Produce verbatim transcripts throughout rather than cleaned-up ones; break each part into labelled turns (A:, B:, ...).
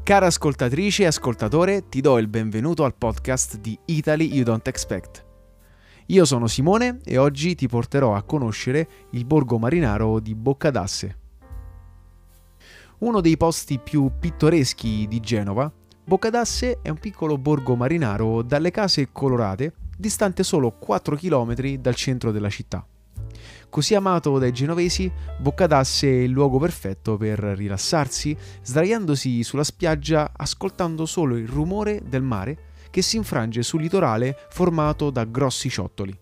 A: Cara ascoltatrice e ascoltatore, ti do il benvenuto al podcast di Italy You Don't Expect. Io sono Simone e oggi ti porterò a conoscere il borgo marinaro di Boccadasse. Uno dei posti più pittoreschi di Genova, Boccadasse è un piccolo borgo marinaro dalle case colorate, distante solo quattro chilometri dal centro della città. Così amato dai genovesi, Boccadasse è il luogo perfetto per rilassarsi, sdraiandosi sulla spiaggia ascoltando solo il rumore del mare che si infrange sul litorale formato da grossi ciottoli.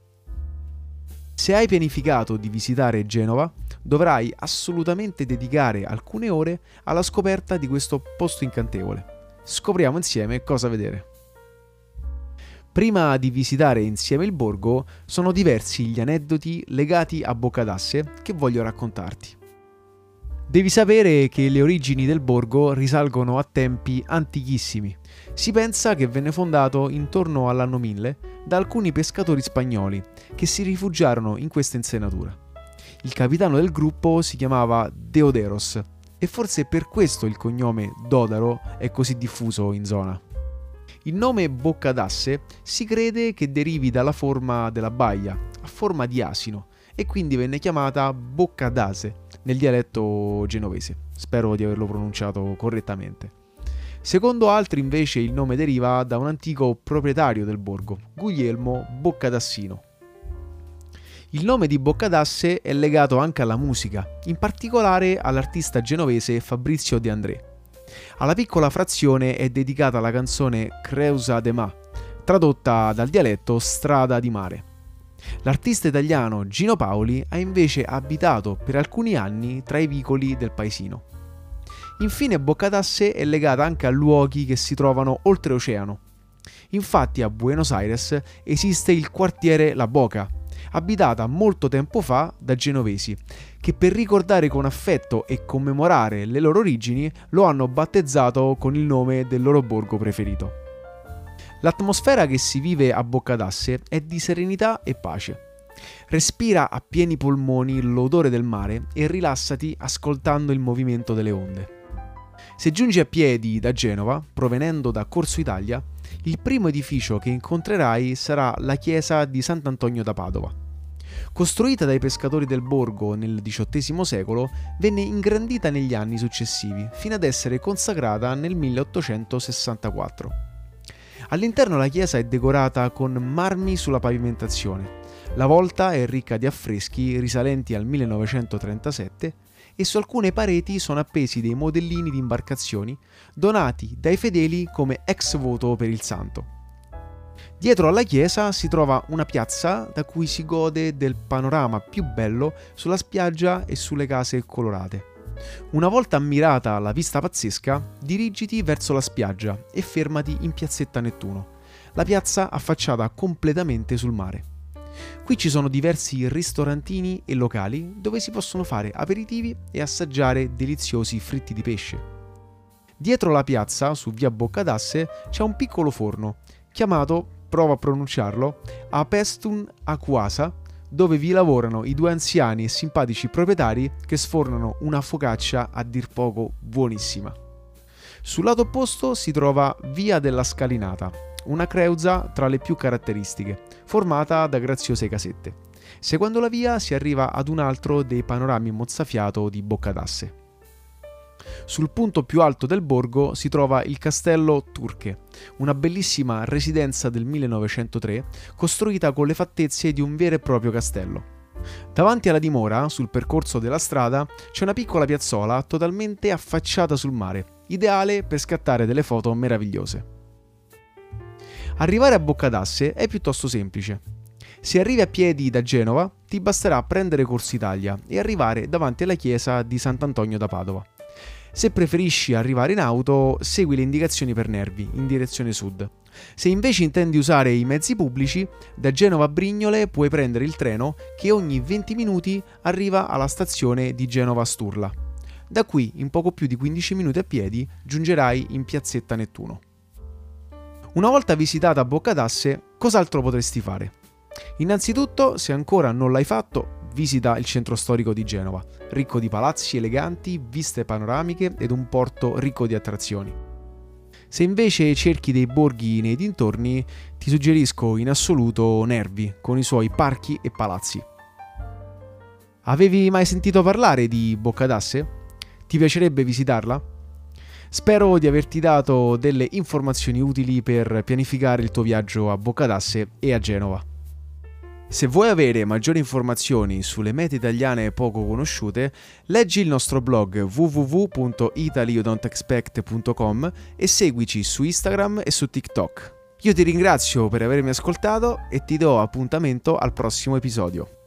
A: Se hai pianificato di visitare Genova, dovrai assolutamente dedicare alcune ore alla scoperta di questo posto incantevole. Scopriamo insieme cosa vedere. Prima di visitare insieme il borgo, sono diversi gli aneddoti legati a Boccadasse che voglio raccontarti. Devi sapere che le origini del borgo risalgono a tempi antichissimi. Si pensa che venne fondato intorno all'anno mille da alcuni pescatori spagnoli che si rifugiarono in questa insenatura. Il capitano del gruppo si chiamava Deoderos e forse per questo il cognome Dodaro è così diffuso in zona. Il nome Boccadasse si crede che derivi dalla forma della baia, a forma di asino, e quindi venne chiamata Boccadase nel dialetto genovese. Spero di averlo pronunciato correttamente. Secondo altri invece il nome deriva da un antico proprietario del borgo, Guglielmo Boccadassino. Il nome di Boccadasse è legato anche alla musica, in particolare all'artista genovese Fabrizio De André. Alla piccola frazione è dedicata la canzone Creusa de Ma, tradotta dal dialetto strada di mare. L'artista italiano Gino Paoli ha invece abitato per alcuni anni tra i vicoli del paesino. Infine Boccadasse è legata anche a luoghi che si trovano oltreoceano. Infatti a Buenos Aires esiste il quartiere La Boca, abitata molto tempo fa da genovesi, che per ricordare con affetto e commemorare le loro origini lo hanno battezzato con il nome del loro borgo preferito. L'atmosfera che si vive a Boccadasse è di serenità e pace. Respira a pieni polmoni l'odore del mare e rilassati ascoltando il movimento delle onde. Se giungi a piedi da Genova, provenendo da Corso Italia, il primo edificio che incontrerai sarà la chiesa di Sant'Antonio da Padova. Costruita dai pescatori del borgo nel diciottesimo secolo, venne ingrandita negli anni successivi, fino ad essere consacrata nel milleottocentosessantaquattro. All'interno la chiesa è decorata con marmi sulla pavimentazione. La volta è ricca di affreschi risalenti al millenovecentotrentasette e su alcune pareti sono appesi dei modellini di imbarcazioni donati dai fedeli come ex voto per il santo. Dietro alla chiesa si trova una piazza da cui si gode del panorama più bello sulla spiaggia e sulle case colorate. Una volta ammirata la vista pazzesca, dirigiti verso la spiaggia e fermati in Piazzetta Nettuno, la piazza affacciata completamente sul mare. Qui ci sono diversi ristorantini e locali dove si possono fare aperitivi e assaggiare deliziosi fritti di pesce. Dietro la piazza, su via Boccadasse, c'è un piccolo forno, chiamato, prova a pronunciarlo, Apestun Aquasa, dove vi lavorano i due anziani e simpatici proprietari che sfornano una focaccia a dir poco buonissima. Sul lato opposto si trova Via della Scalinata, una creusa tra le più caratteristiche, formata da graziose casette. Seguendo la via si arriva ad un altro dei panorami mozzafiato di Boccadasse. Sul punto più alto del borgo si trova il castello Turche, una bellissima residenza del millenovecentotre costruita con le fattezze di un vero e proprio castello. Davanti alla dimora, sul percorso della strada, c'è una piccola piazzola totalmente affacciata sul mare, ideale per scattare delle foto meravigliose. Arrivare a Boccadasse è piuttosto semplice. Se arrivi a piedi da Genova, ti basterà prendere Corso Italia e arrivare davanti alla chiesa di Sant'Antonio da Padova. Se preferisci arrivare in auto, segui le indicazioni per Nervi, in direzione sud. Se invece intendi usare i mezzi pubblici, da Genova a Brignole puoi prendere il treno che ogni venti minuti arriva alla stazione di Genova Sturla. Da qui, in poco più di quindici minuti a piedi, giungerai in Piazzetta Nettuno. Una volta visitata Boccadasse, cos'altro potresti fare? Innanzitutto, se ancora non l'hai fatto, visita il centro storico di Genova, ricco di palazzi eleganti, viste panoramiche ed un porto ricco di attrazioni. Se invece cerchi dei borghi nei dintorni, ti suggerisco in assoluto Nervi, con i suoi parchi e palazzi. Avevi mai sentito parlare di Boccadasse? Ti piacerebbe visitarla? Spero di averti dato delle informazioni utili per pianificare il tuo viaggio a Boccadasse e a Genova. Se vuoi avere maggiori informazioni sulle mete italiane poco conosciute, leggi il nostro blog w w w punto italy you don't expect punto com e seguici su Instagram e su TikTok. Io ti ringrazio per avermi ascoltato e ti do appuntamento al prossimo episodio.